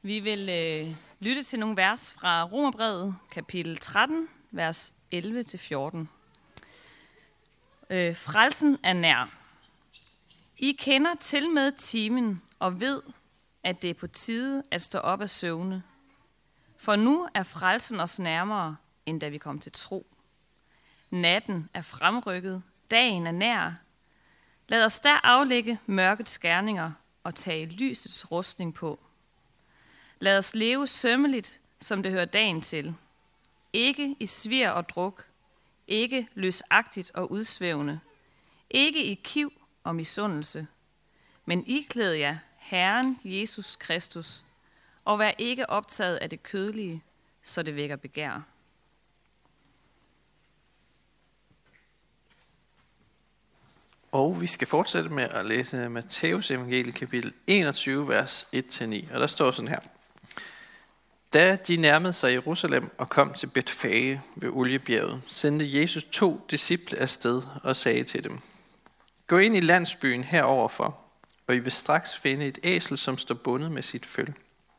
Vi vil lytte til nogle vers fra Romerbrevet, kapitel 13, vers 11-14. Frelsen er nær. I kender til med timen og ved, at det er på tide at stå op af søvne. For nu er frelsen os nærmere, end da vi kom til tro. Natten er fremrykket, dagen er nær. Lad os der aflægge mørkets gerninger og tage lysets rustning på. Lad os leve sømmeligt, som det hører dagen til. Ikke i svir og druk, ikke løsagtigt og udsvævende, ikke i kiv og misundelse, men iklæd jer Herren Jesus Kristus, og vær ikke optaget af det kødelige, så det vækker begær. Og vi skal fortsætte med at læse Matteus evangeliet kapitel 21, vers 1-9. Og der står sådan her. Da de nærmede sig Jerusalem og kom til Betfage ved Oliebjerget, sendte Jesus 2 disciple afsted og sagde til dem: Gå ind i landsbyen heroverfor, og I vil straks finde et æsel, som står bundet med sit føl.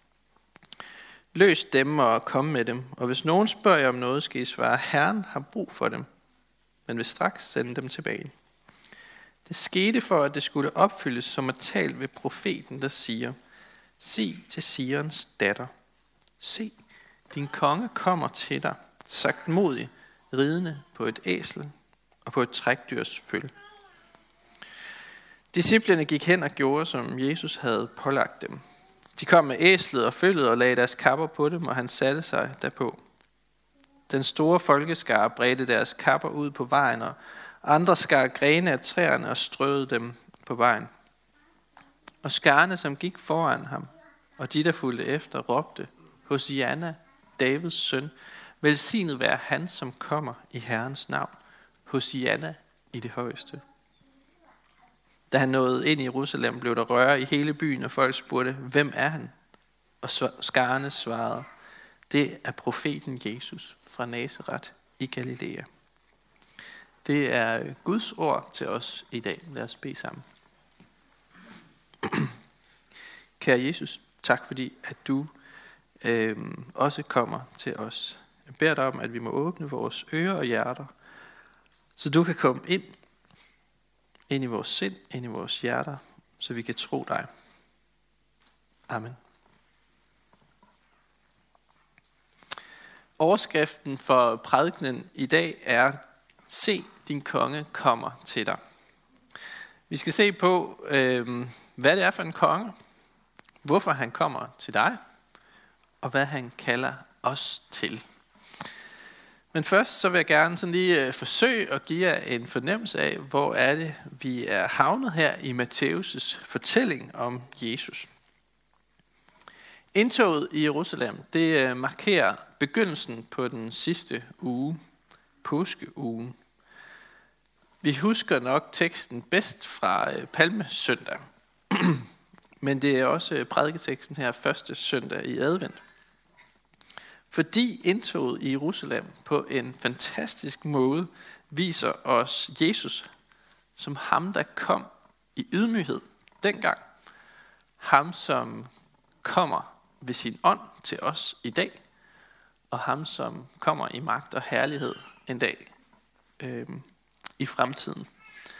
Løs dem og kom med dem, og hvis nogen spørger jer om noget, skal I svare: Herren har brug for dem, men vil straks sende dem tilbage. Det skete for, at det skulle opfyldes, som er talt ved profeten, der siger: Sig til Sions datter: Se, din konge kommer til dig, sagtmodig, ridende på et æsel og på et trækdyrs føl. Disciplene gik hen og gjorde, som Jesus havde pålagt dem. De kom med æslet og følget og lagde deres kapper på dem, og han satte sig derpå. Den store folkeskare bredte deres kapper ud på vejen, og andre skar grene af træerne og strøede dem på vejen. Og skarne, som gik foran ham, og de, der fulgte efter, råbte: Hosianna, Davids søn, velsignet være han, som kommer i Herrens navn. Hosianna i det højeste. Da han nåede ind i Jerusalem, blev der røre i hele byen, og folk spurgte: Hvem er han? Og skarne svarede: Det er profeten Jesus fra Nazaret i Galilea. Det er Guds ord til os i dag. Lad os bede sammen. Kære Jesus, tak fordi at du også kommer til os. Jeg beder dig om, at vi må åbne vores ører og hjerter, så du kan komme ind i vores sind, ind i vores hjerter, så vi kan tro dig. Amen. Overskriften for prædikenen i dag er: Se, din konge kommer til dig. Vi skal se på, hvad det er for en konge, hvorfor han kommer til dig, og hvad han kalder os til. Men først så vil jeg gerne sådan lige forsøge at give jer en fornemmelse af, hvor er det, vi er havnet her i Matthæus' fortælling om Jesus. Indtoget i Jerusalem, det markerer begyndelsen på den sidste uge, påskeugen. Vi husker nok teksten bedst fra Palmesøndag, men det er også prædiketeksten her første søndag i advent. Fordi indtoget i Jerusalem på en fantastisk måde viser os Jesus som ham, der kom i ydmyghed dengang. Ham, som kommer ved sin ånd til os i dag, og ham, som kommer i magt og herlighed en dag i fremtiden.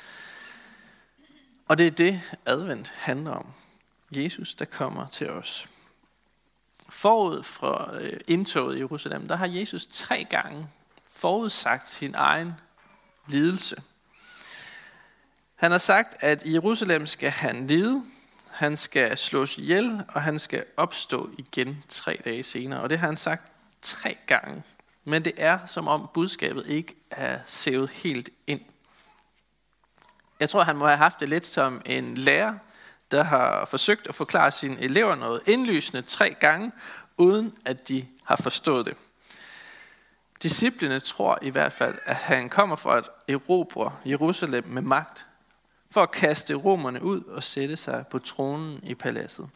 Og det er det, advent handler om. Jesus, der kommer til os. Forud for indtoget i Jerusalem, der har Jesus 3 gange forudsagt sin egen lidelse. Han har sagt, at i Jerusalem skal han lide, han skal slås ihjel, og han skal opstå igen 3 dage senere. Og det har han sagt 3 gange. Men det er, som om budskabet ikke er sævet helt ind. Jeg tror, han må have haft det lidt som en lærer, der har forsøgt at forklare sine elever noget indlysende 3 gange, uden at de har forstået det. Disciplene tror i hvert fald, at han kommer for at erobre Jerusalem med magt, for at kaste romerne ud og sætte sig på tronen i paladset.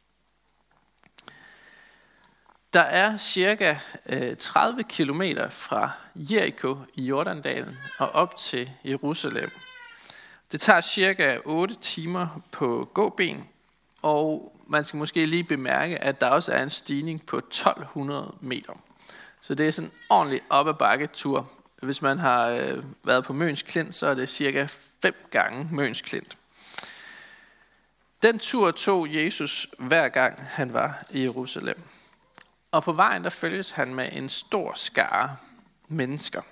Der er cirka 30 kilometer fra Jericho i Jordandalen og op til Jerusalem. Det tager cirka 8 timer på gåben, og man skal måske lige bemærke, at der også er en stigning på 1200 meter. Så det er sådan en ordentlig op ad bakketur. Hvis man har været på Møns Klint, så er det cirka 5 gange Møns Klint. Den tur tog Jesus hver gang han var i Jerusalem. Og på vejen der følges han med en stor skare mennesker.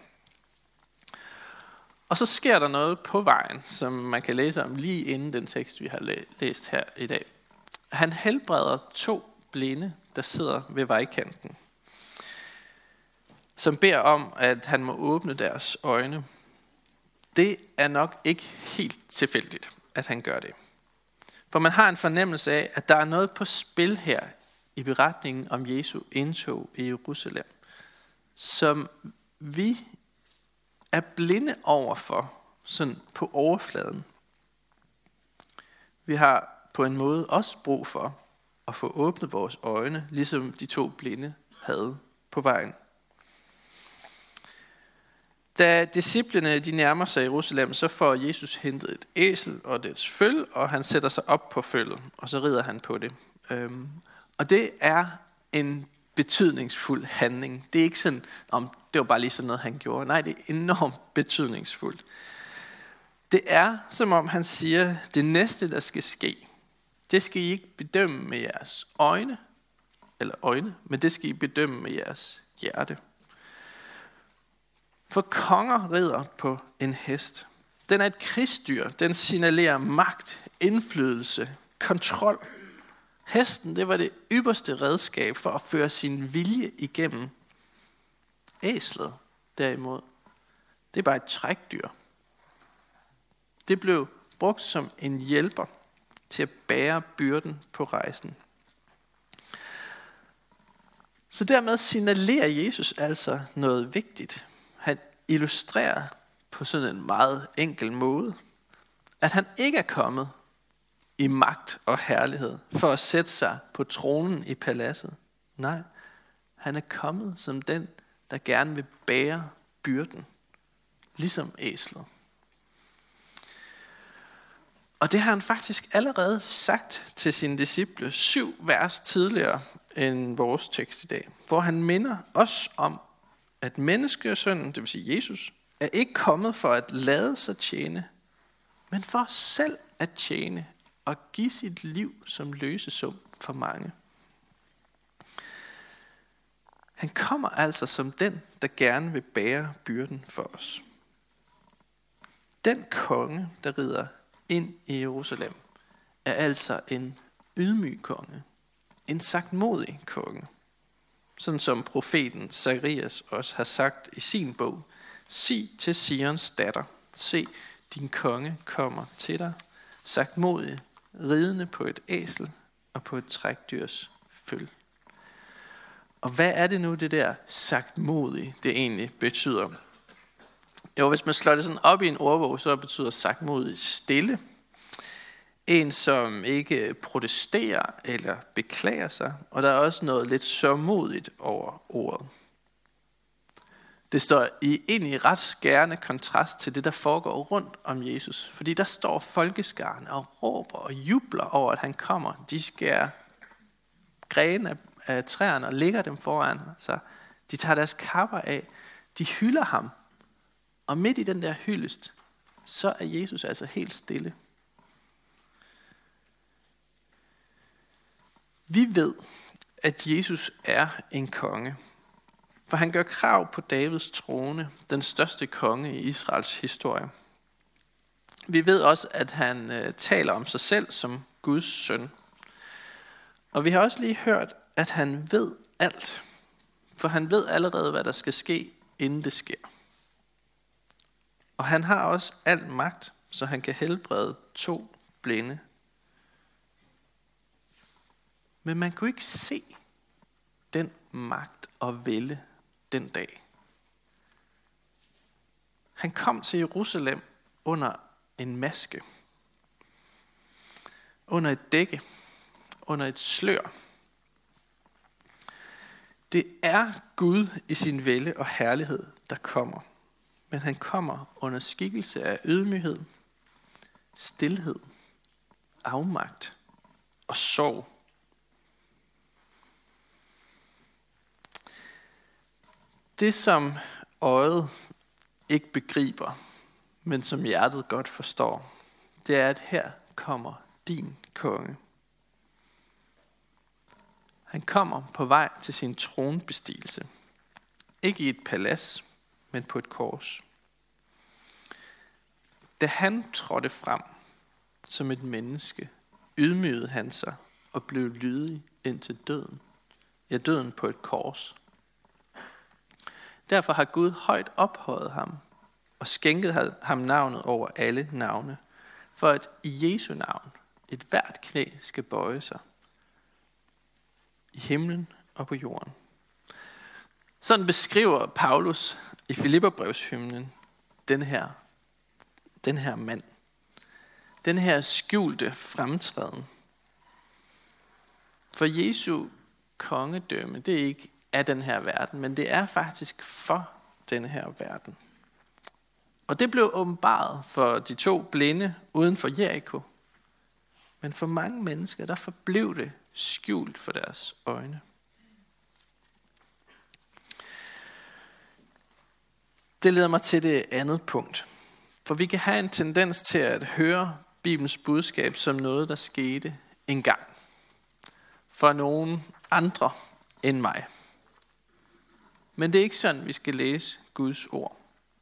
Og så sker der noget på vejen, som man kan læse om lige inden den tekst, vi har læst her i dag. Han helbreder 2 blinde, der sidder ved vejkanten, som beder om, at han må åbne deres øjne. Det er nok ikke helt tilfældigt, at han gør det. For man har en fornemmelse af, at der er noget på spil her i beretningen om Jesu indtog i Jerusalem, som vi er blinde overfor, sådan på overfladen. Vi har på en måde også brug for at få åbnet vores øjne, ligesom de 2 blinde havde på vejen. Da disciplene de nærmer sig Jerusalem, så får Jesus hentet et æsel og dets føl, og han sætter sig op på føllet, og så rider han på det. Og det er en betydningsfuld handling. Det er ikke sådan, om det var bare lige sådan noget, han gjorde. Nej, det er enormt betydningsfuldt. Det er, som om han siger, det næste, der skal ske, det skal I ikke bedømme med jeres øjne, men det skal I bedømme med jeres hjerte. For konger rider på en hest. Den er et krigsdyr. Den signalerer magt, indflydelse, kontrol. Hesten, det var det ypperste redskab for at føre sin vilje igennem. Æslet, derimod, det er bare et trækdyr. Det blev brugt som en hjælper til at bære byrden på rejsen. Så dermed signalerer Jesus altså noget vigtigt. Han illustrerer på sådan en meget enkel måde, at han ikke er kommet i magt og herlighed for at sætte sig på tronen i paladset. Nej, han er kommet som den, der gerne vil bære byrden, ligesom æslet. Og det har han faktisk allerede sagt til sine disciple 7 vers tidligere end vores tekst i dag, hvor han minder os om, at menneskesønnen, det vil sige Jesus, er ikke kommet for at lade sig tjene, men for selv at tjene og give sit liv som løsesum for mange. Han kommer altså som den, der gerne vil bære byrden for os. Den konge, der rider ind i Jerusalem, er altså en ydmyg konge, en sagtmodig konge. Sådan som profeten Zacharias også har sagt i sin bog: sig til Sions datter, se, din konge kommer til dig, sagtmodig, ridende på et æsel og på et trækdyrs føl. Og hvad er det nu, det der sagtmodig, det egentlig betyder? Jo, hvis man slår det sådan op i en ordbog, så betyder sagtmodig stille. En, som ikke protesterer eller beklager sig, og der er også noget lidt sørgmodigt over ordet. Det står egentlig i ret skærende kontrast til det, der foregår rundt om Jesus. Fordi der står folkeskaren og råber og jubler over, at han kommer. De skærer grene af træerne og lægger dem foran sig. De tager deres kapper af. De hylder ham. Og midt i den der hyldest, så er Jesus altså helt stille. Vi ved, at Jesus er en konge. For han gør krav på Davids trone, den største konge i Israels historie. Vi ved også, at han taler om sig selv som Guds søn. Og vi har også lige hørt, at han ved alt. For han ved allerede, hvad der skal ske, inden det sker. Og han har også al magt, så han kan helbrede 2 blinde. Men man kunne ikke se den magt og vælde den dag. Han kom til Jerusalem under en maske, under et dække, under et slør. Det er Gud i sin vælde og herlighed, der kommer. Men han kommer under skikkelse af ydmyghed, stilhed, afmagt og sorg Det, som øjet ikke begriber, men som hjertet godt forstår, det er, at her kommer din konge. Han kommer på vej til sin tronbestigelse. Ikke i et palads, men på et kors. Da han trådte frem som et menneske, ydmygede han sig og blev lydig indtil døden. Ja, døden på et kors. Derfor har Gud højt ophøjet ham og skænket ham navnet over alle navne, for at i Jesu navn et hvert knæ skal bøje sig i himlen og på jorden. Sådan beskriver Paulus i Filipperbrevshymnen den her mand. Den her skjulte fremtræden. For Jesu kongedømme, det er ikke af den her verden, men det er faktisk for den her verden. Og det blev åbenbaret for de 2 blinde uden for Jericho. Men for mange mennesker, der forblev det skjult for deres øjne. Det leder mig til det andet punkt. For vi kan have en tendens til at høre Bibelens budskab som noget, der skete engang. For nogen andre end mig. Men det er ikke sådan, vi skal læse Guds ord.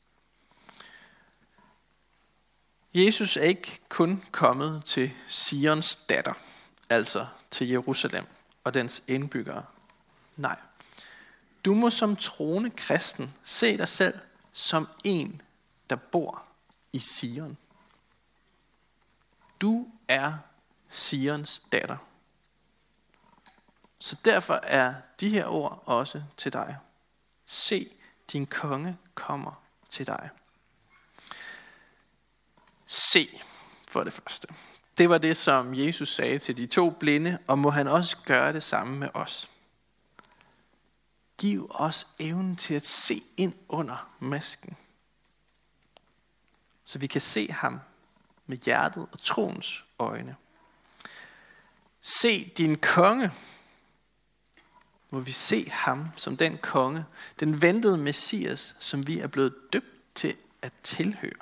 Jesus er ikke kun kommet til Sions datter, altså til Jerusalem og dens indbyggere. Nej, du må som troende kristen se dig selv som en, der bor i Sion. Du er Sions datter. Så derfor er de her ord også til dig. Se, din konge kommer til dig. Se, for det første. Det var det, som Jesus sagde til de 2 blinde, og må han også gøre det samme med os. Giv os evnen til at se ind under masken, så vi kan se ham med hjertet og troens øjne. Se din konge. Må vi se ham som den konge, den ventede Messias, som vi er blevet døbt til at tilhøre.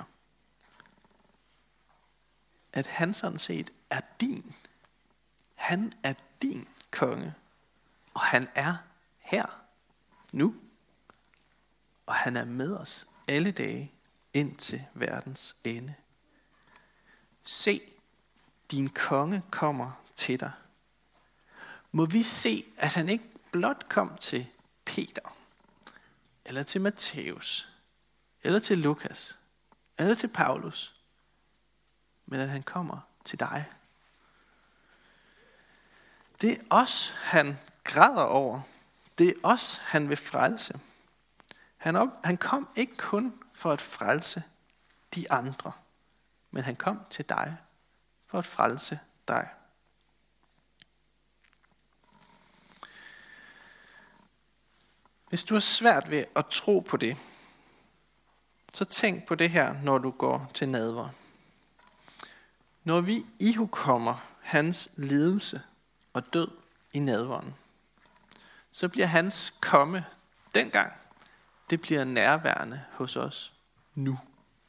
At han sådan set er din. Han er din konge. Og han er her nu. Og han er med os alle dage indtil verdens ende. Se, din konge kommer til dig. Må vi se, at han ikke blot kom til Peter, eller til Matthæus, eller til Lukas, eller til Paulus, men at han kommer til dig. Det er os, han græder over. Det er os, han vil frelse. Han kom ikke kun for at frelse de andre, men han kom til dig for at frelse dig. Hvis du har svært ved at tro på det, så tænk på det her, når du går til nadver. Når vi ihukommer hans lidelse og død i nadveren, så bliver hans komme dengang, det bliver nærværende hos os nu.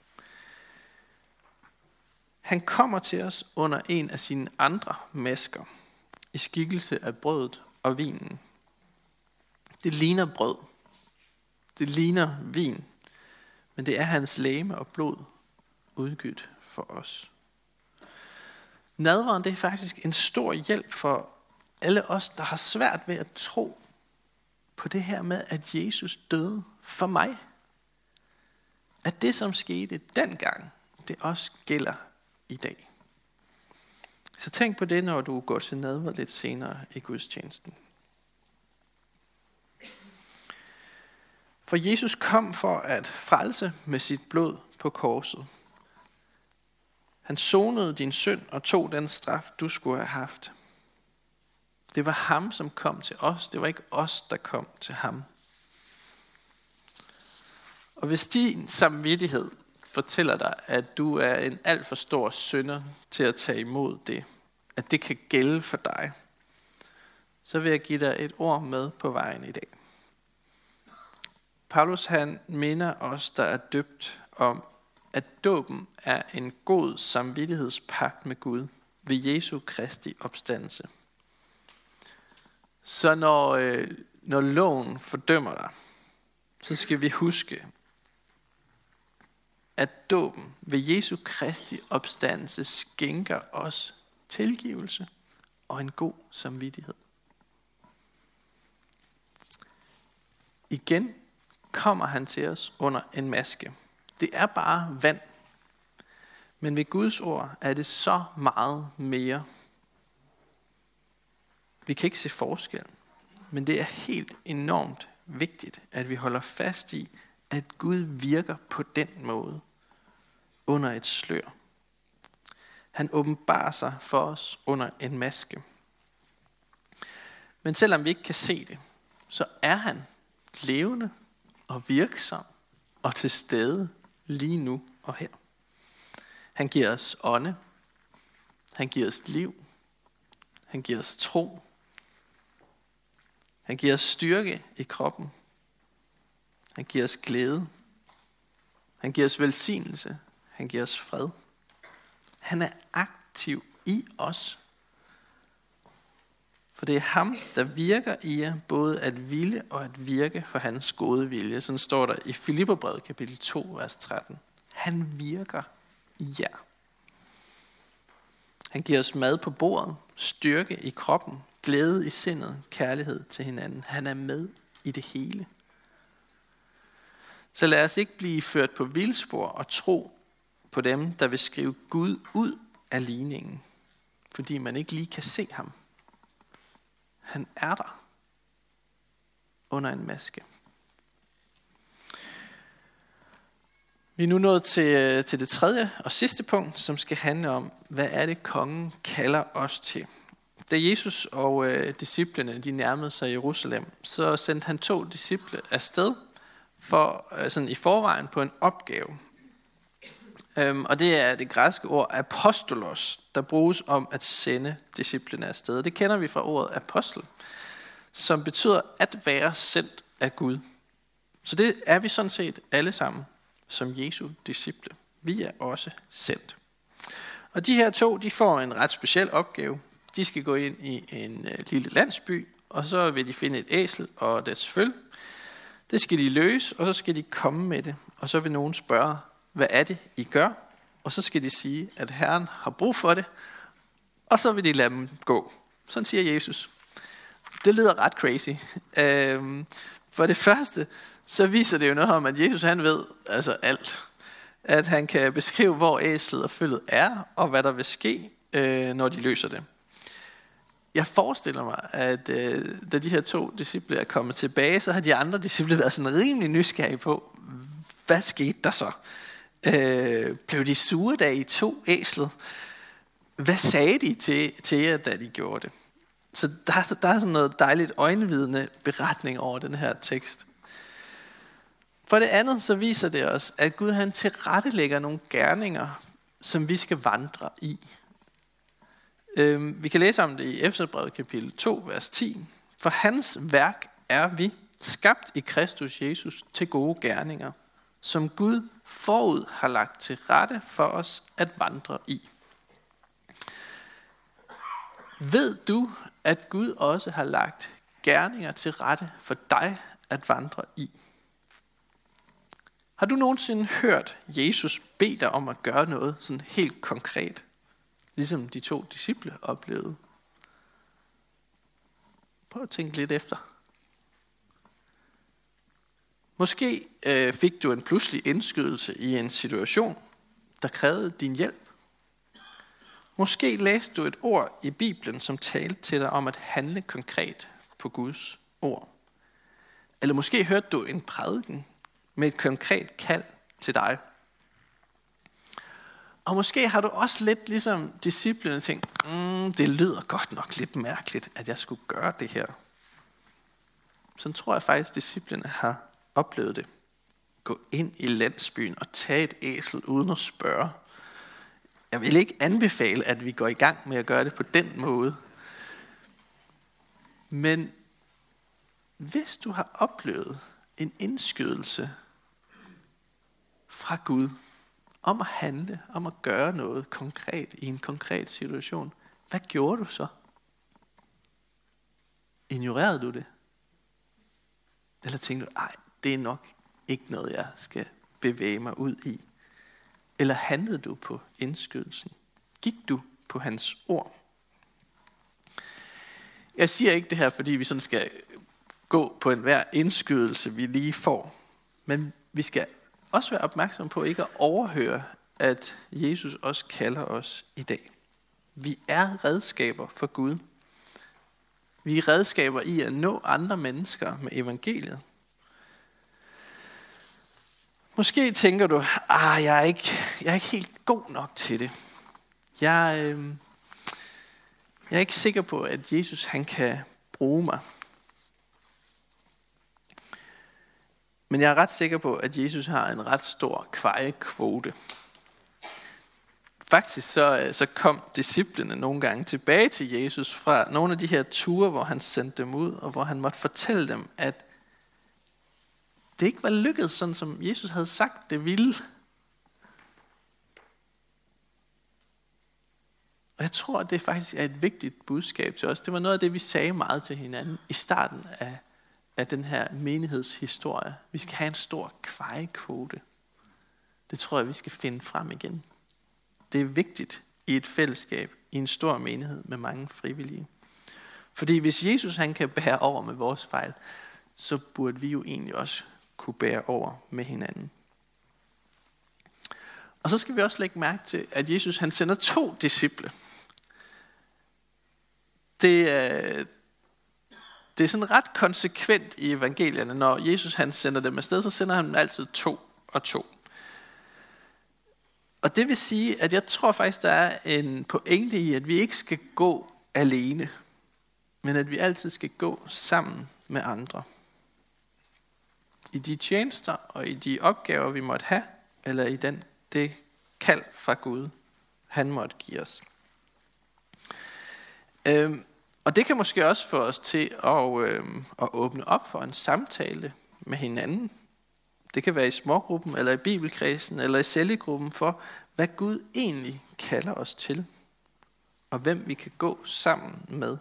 Han kommer til os under en af sine andre masker, i skikkelse af brødet og vinen. Det ligner brød. Det ligner vin. Men det er hans legeme og blod udgivet for os. Nadveren, det er faktisk en stor hjælp for alle os, der har svært ved at tro på det her med, at Jesus døde for mig. At det, som skete dengang, det også gælder i dag. Så tænk på det, når du går til nadver lidt senere i gudstjenesten. For Jesus kom for at frelse med sit blod på korset. Han sonede din synd og tog den straf, du skulle have haft. Det var ham, som kom til os. Det var ikke os, der kom til ham. Og hvis din samvittighed fortæller dig, at du er en alt for stor synder til at tage imod det, at det kan gælde for dig, så vil jeg give dig et ord med på vejen i dag. Paulus han minder os, der er døbt, om, at dåben er en god samvittighedspagt med Gud ved Jesu Kristi opstandelse. Så når loven fordømmer dig, så skal vi huske, at dåben ved Jesu Kristi opstandelse skænker os tilgivelse og en god samvittighed. Igen kommer han til os under en maske. Det er bare vand. Men ved Guds ord er det så meget mere. Vi kan ikke se forskel. Men det er helt enormt vigtigt, at vi holder fast i, at Gud virker på den måde under et slør. Han åbenbarer sig for os under en maske. Men selvom vi ikke kan se det, så er han levende og virksom og til stede lige nu og her. Han giver os ånde. Han giver os liv. Han giver os tro. Han giver os styrke i kroppen. Han giver os glæde. Han giver os velsignelse. Han giver os fred. Han er aktiv i os. For det er ham, der virker i jer, både at ville og at virke for hans gode vilje. Sådan står der i Filipperbrevet kapitel 2, vers 13. Han virker i jer. Han giver os mad på bordet, styrke i kroppen, glæde i sindet, kærlighed til hinanden. Han er med i det hele. Så lad os ikke blive ført på vildspor og tro på dem, der vil skrive Gud ud af ligningen, fordi man ikke lige kan se ham. Han er der under en maske. Vi er nu nået til det tredje og sidste punkt, som skal handle om, hvad er det, kongen kalder os til. Da Jesus og disciplene de nærmede sig Jerusalem, så sendte han 2 disciple afsted sådan i forvejen på en opgave. Og det er det græske ord apostolos, der bruges om at sende disciplene afsted. Det kender vi fra ordet apostel, som betyder at være sendt af Gud. Så det er vi sådan set alle sammen som Jesu disciple. Vi er også sendt. Og de her 2, de får en ret speciel opgave. De skal gå ind i en lille landsby, og så vil de finde et æsel og dets føl. Det skal de løse, og så skal de komme med det. Og så vil nogen spørge, hvad er det, I gør? Og så skal de sige, at Herren har brug for det, og så vil de lade dem gå. Sådan siger Jesus. Det lyder ret crazy. For det første, så viser det jo noget om, at Jesus han ved altså alt. At han kan beskrive, hvor æslet og følget er, og hvad der vil ske, når de løser det. Jeg forestiller mig, at da de her 2 disciple er kommet tilbage, så har de andre disciple været sådan rimelig nysgerrige på, hvad skete der så? Blev de sure, da I tog æslet? Hvad sagde de til jer, da de gjorde det? Så der er sådan noget dejligt øjenvidende beretning over den her tekst. For det andet, så viser det os, at Gud han tilrettelægger nogle gerninger, som vi skal vandre i. Vi kan læse om det i Efeserbrevet kapitel 2, vers 10. For hans værk er vi, skabt i Kristus Jesus til gode gerninger, som Gud forud har lagt til rette for os at vandre i. Ved du, at Gud også har lagt gerninger til rette for dig at vandre i? Har du nogensinde hørt Jesus bede dig om at gøre noget sådan helt konkret, ligesom de 2 disciple oplevede? Prøv at tænke lidt efter. Måske fik du en pludselig indskydelse i en situation, der krævede din hjælp. Måske læste du et ord i Bibelen, som talte til dig om at handle konkret på Guds ord. Eller måske hørte du en prædiken med et konkret kald til dig. Og måske har du også lidt ligesom disciplene tænkt, det lyder godt nok lidt mærkeligt, at jeg skulle gøre det her. Sådan tror jeg faktisk, disciplene har oplevet det. Gå ind i landsbyen og tage et æsel uden at spørge. Jeg vil ikke anbefale, at vi går i gang med at gøre det på den måde. Men hvis du har oplevet, en indskydelse fra Gud om at handle, om at gøre noget konkret i en konkret situation. Hvad gjorde du så? Ignorerede du det? Eller tænkte du, det er nok ikke noget, jeg skal bevæge mig ud i? Eller handlede du på indskydelsen? Gik du på hans ord? Jeg siger ikke det her, fordi vi sådan skal gå på enhver indskydelse, vi lige får. Men vi skal også være opmærksomme på ikke at overhøre, at Jesus også kalder os i dag. Vi er redskaber for Gud. Vi er redskaber i at nå andre mennesker med evangeliet. Måske tænker du, jeg er ikke helt god nok til det. Jeg er ikke sikker på, at Jesus han kan bruge mig. Men jeg er ret sikker på, at Jesus har en ret stor kvejekvote. Faktisk så kom disciplene nogle gange tilbage til Jesus fra nogle af de her ture, hvor han sendte dem ud, og hvor han måtte fortælle dem, at det ikke var lykkedes, sådan som Jesus havde sagt, det ville. Og jeg tror, at det faktisk er et vigtigt budskab til os. Det var noget af det, vi sagde meget til hinanden i starten af den her menighedshistorie. Vi skal have en stor kvejekvote. Det tror jeg, vi skal finde frem igen. Det er vigtigt i et fællesskab, i en stor menighed med mange frivillige. Fordi hvis Jesus han kan bære over med vores fejl, så burde vi jo egentlig også kunne bære over med hinanden. Og så skal vi også lægge mærke til, at Jesus han sender 2 disciple. Det er sådan ret konsekvent i evangelierne, når Jesus han sender dem afsted, så sender han dem altid 2 og 2. Og det vil sige, at jeg tror faktisk, der er en pointe i, at vi ikke skal gå alene, men at vi altid skal gå sammen med andre. I de tjenester og i de opgaver, vi måtte have, eller i det kald fra Gud, han måtte give os. Og det kan måske også få os til at åbne op for en samtale med hinanden. Det kan være i smågruppen, eller i bibelkredsen, eller i cellegruppen, for hvad Gud egentlig kalder os til, og hvem vi kan gå sammen med.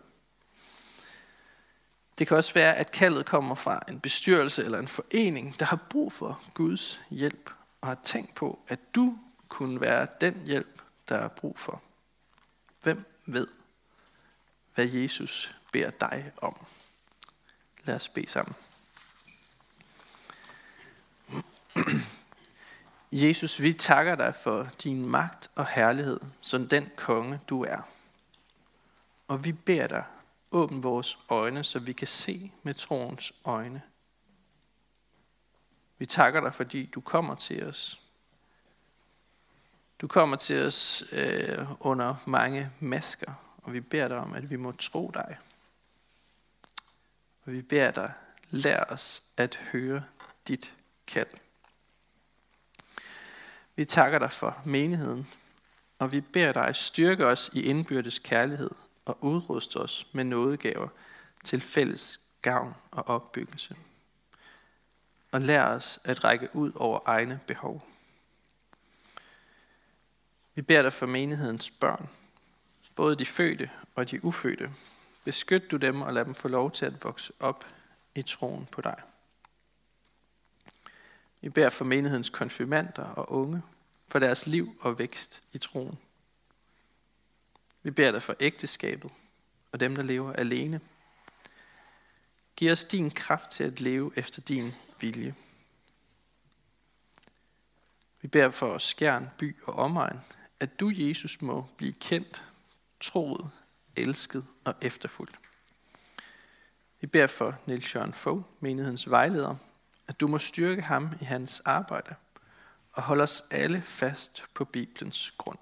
Det kan også være, at kaldet kommer fra en bestyrelse eller en forening, der har brug for Guds hjælp, og har tænkt på, at du kunne være den hjælp, der er brug for. Hvem ved, hvad Jesus beder dig om? Lad os bede sammen. Jesus, vi takker dig for din magt og herlighed, som den konge du er. Og vi beder dig, åbn vores øjne, så vi kan se med troens øjne. Vi takker dig, fordi du kommer til os. Du kommer til os under mange masker, og vi beder dig om, at vi må tro dig. Og vi beder dig, lær os at høre dit kald. Vi takker dig for menigheden, og vi beder dig styrke os i indbyrdes kærlighed og udruste os med nådegaver til fælles gavn og opbyggelse. Og lær os at række ud over egne behov. Vi beder dig for menighedens børn, både de fødte og de ufødte. Beskyt du dem og lad dem få lov til at vokse op i troen på dig. Vi beder for menighedens konfirmander og unge, for deres liv og vækst i troen. Vi beder dig for ægteskabet og dem, der lever alene. Giv os din kraft til at leve efter din vilje. Vi beder for Skjern, by og omegn, at du, Jesus, må blive kendt, troet, elsket og efterfulgt. Vi beder for Niels Jørgen Fogh, menighedens vejleder, at du må styrke ham i hans arbejde og holde os alle fast på Bibelens grund.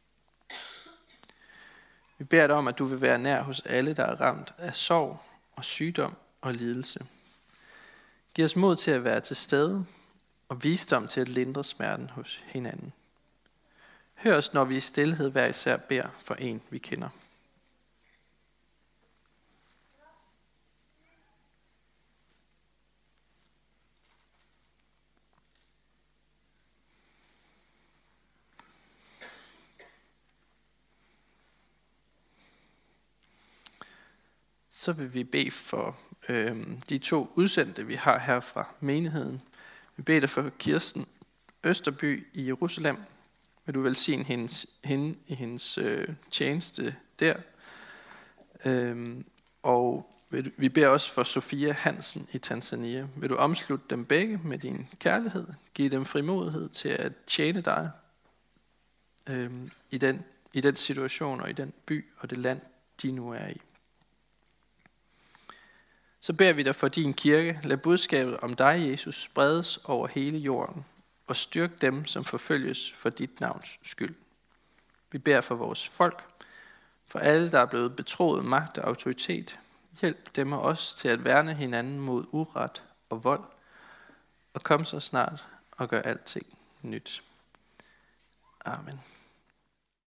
Vi beder dig om, at du vil være nær hos alle, der er ramt af sorg og sygdom og lidelse. Giv os mod til at være til stede og visdom til at lindre smerten hos hinanden. Hør os, når vi i stilhed hver især beder for en, vi kender. så vil vi bede for de 2 udsendte, vi har her fra menigheden. Vi beder dig for Kirsten Østerby i Jerusalem. Vil du velsigne hende i hendes tjeneste der. Og vi beder også for Sofia Hansen i Tanzania. Vil du omslutte dem begge med din kærlighed? Give dem frimodighed til at tjene dig i den situation og i den by og det land, de nu er i. Så beder vi dig for din kirke. Lad budskabet om dig, Jesus, spredes over hele jorden og styrk dem, som forfølges for dit navns skyld. Vi beder for vores folk, for alle, der er blevet betroet magt og autoritet. Hjælp dem og os til at værne hinanden mod uret og vold, og kom så snart og gør alting nyt. Amen.